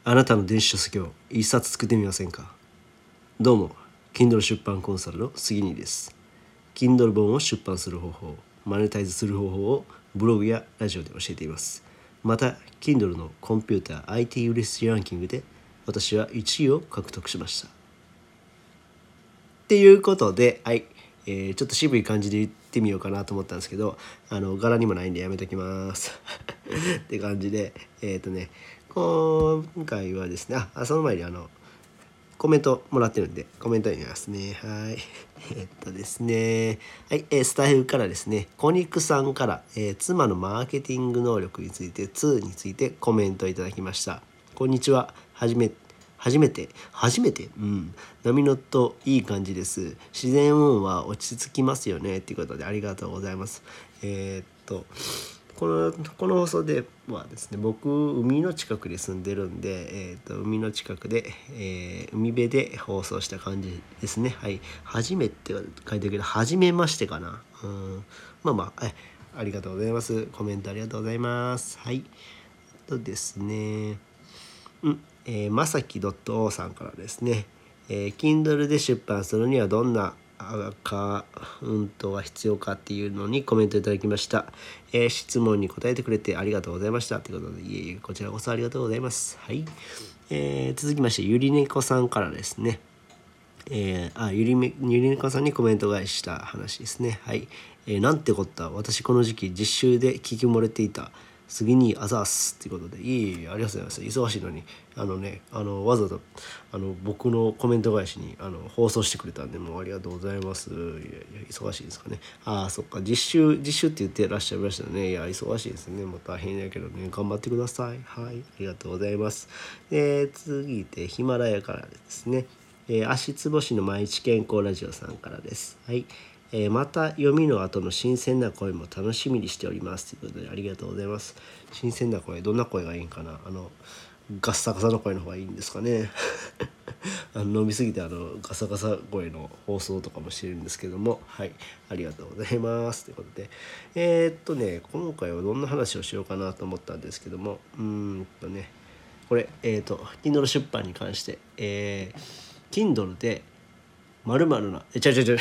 あなたの電子書籍を一冊作ってみませんか。どうも Kindle 出版コンサルの杉兄です。 Kindle 本を出版する方法、マネタイズする方法をブログやラジオで教えています。また Kindle のコンピューター IT 売れ筋ランキングで私は1位を獲得しました。っていうことで、ちょっと渋い感じで言ってみようかなと思ったんですけど、柄にもないんでやめときますって感じで、今回はですね、その前にコメントもらってるんでコメント読みますね。はいですね、スタイフからですね、コニクさんから、妻のマーケティング能力について2についてコメントいただきました。こんにちは。初めて、波の音いい感じです。自然音は落ち着きますよねということでありがとうございます。この放送ではですね、僕海の近くで住んでるんで、海の近くで、海辺で放送した感じですね。初めて書いてるけど初めましてかな。ありがとうございます。コメントありがとうございます。ですね、まさき .o さんからですね、Kindle で出版するにはどんなアカウントが必要かっていうのにコメントいただきました。質問に答えてくれてありがとうございましたということで、こちらこそありがとうございます。続きましてゆりねこさんからですね、ゆりねこさんにコメント返した話ですね。なんてこった、私この時期実習で聞き漏れていた。次にあざーすっていうことで、いえいえありがとうございます。忙しいのにわざわざ僕のコメント返しに放送してくれたんで、もうありがとうございます。いや忙しいですかね。そっか、実習って言ってらっしゃいましたね。いや忙しいですね。もう大変だけどね、頑張ってください。ありがとうございます。次でヒマラヤからですね、足つぼしの毎日健康ラジオさんからです。また読みの後の新鮮な声も楽しみにしておりますということでありがとうございます。新鮮な声、どんな声がいいんかな。ガッサガサの声の方がいいんですかね飲みすぎてガサガサ声の放送とかもしてるんですけども、ありがとうございますということで、今回はどんな話をしようかなと思ったんですけども、これKindle 出版に関して、Kindle で〇〇なちょ待って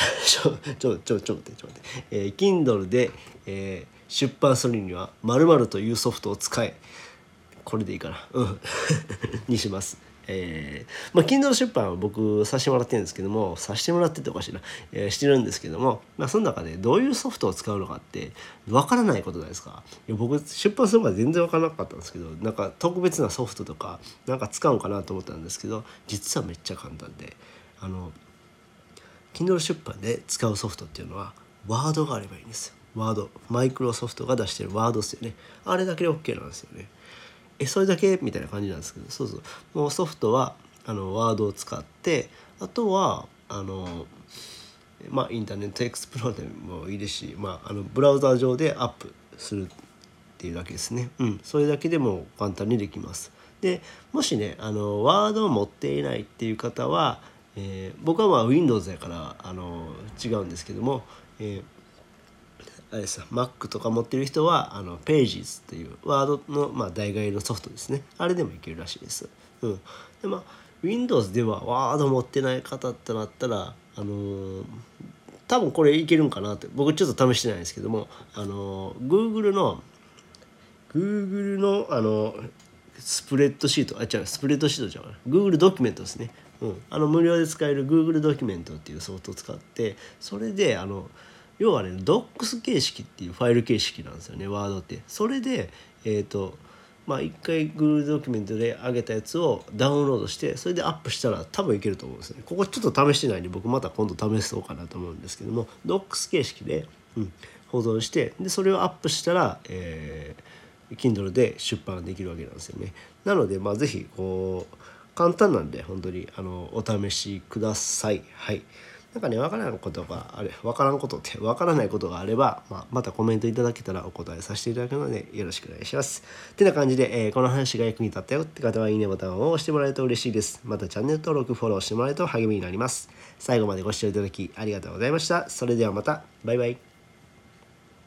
、Kindle で、出版するには〇〇というソフトを使え、これでいいかなにします。Kindle 出版は僕させてもらってるんですけども、させてもらってっておかしいな、してるんですけども、その中でどういうソフトを使うのかってわからないことないですか。僕出版するまで全然わからなかったんですけど、なんか特別なソフトとかなんか使うんかなと思ったんですけど、実はめっちゃ簡単で、Kindle 出版で使うソフトっていうのはワードがあればいいんですよ。ワード、マイクロソフトが出してるワードですよね。あれだけで OK なんですよね。それだけみたいな感じなんですけど、もうソフトはワードを使って、あとはインターネットエクスプローラーでもいいですし、ブラウザー上でアップするっていうだけですね。それだけでも簡単にできます。でもしねワードを持っていないっていう方は、僕はWindows やから違うんですけども、Mac とか持ってる人はPages っていうワードの、代替のソフトですね。あれでもいけるらしいです。でWindows ではワード持ってない方ってなったら多分これいけるんかなって、僕ちょっと試してないんですけども、Google のスプレッドシートスプレッドシートじゃない Google ドキュメントですね。無料で使える Google ドキュメントっていうソフトを使って、それで要はね Docs 形式っていうファイル形式なんですよね、ワードって。それで一回 Google ドキュメントで上げたやつをダウンロードして、それでアップしたら多分いけると思うんですよね。ここちょっと試してないんで僕また今度試そうかなと思うんですけども、 Docs 形式で、保存して、でそれをアップしたら、Kindle で出版できるわけなんですよね。なのでぜひ簡単なんで本当にお試しください。わからないことがあれば、またコメントいただけたらお答えさせていただくのでよろしくお願いします。てな感じで、この話が役に立ったよって方はいいねボタンを押してもらえると嬉しいです。またチャンネル登録フォローしてもらえると励みになります。最後までご視聴いただきありがとうございました。それではまた、バイバイ。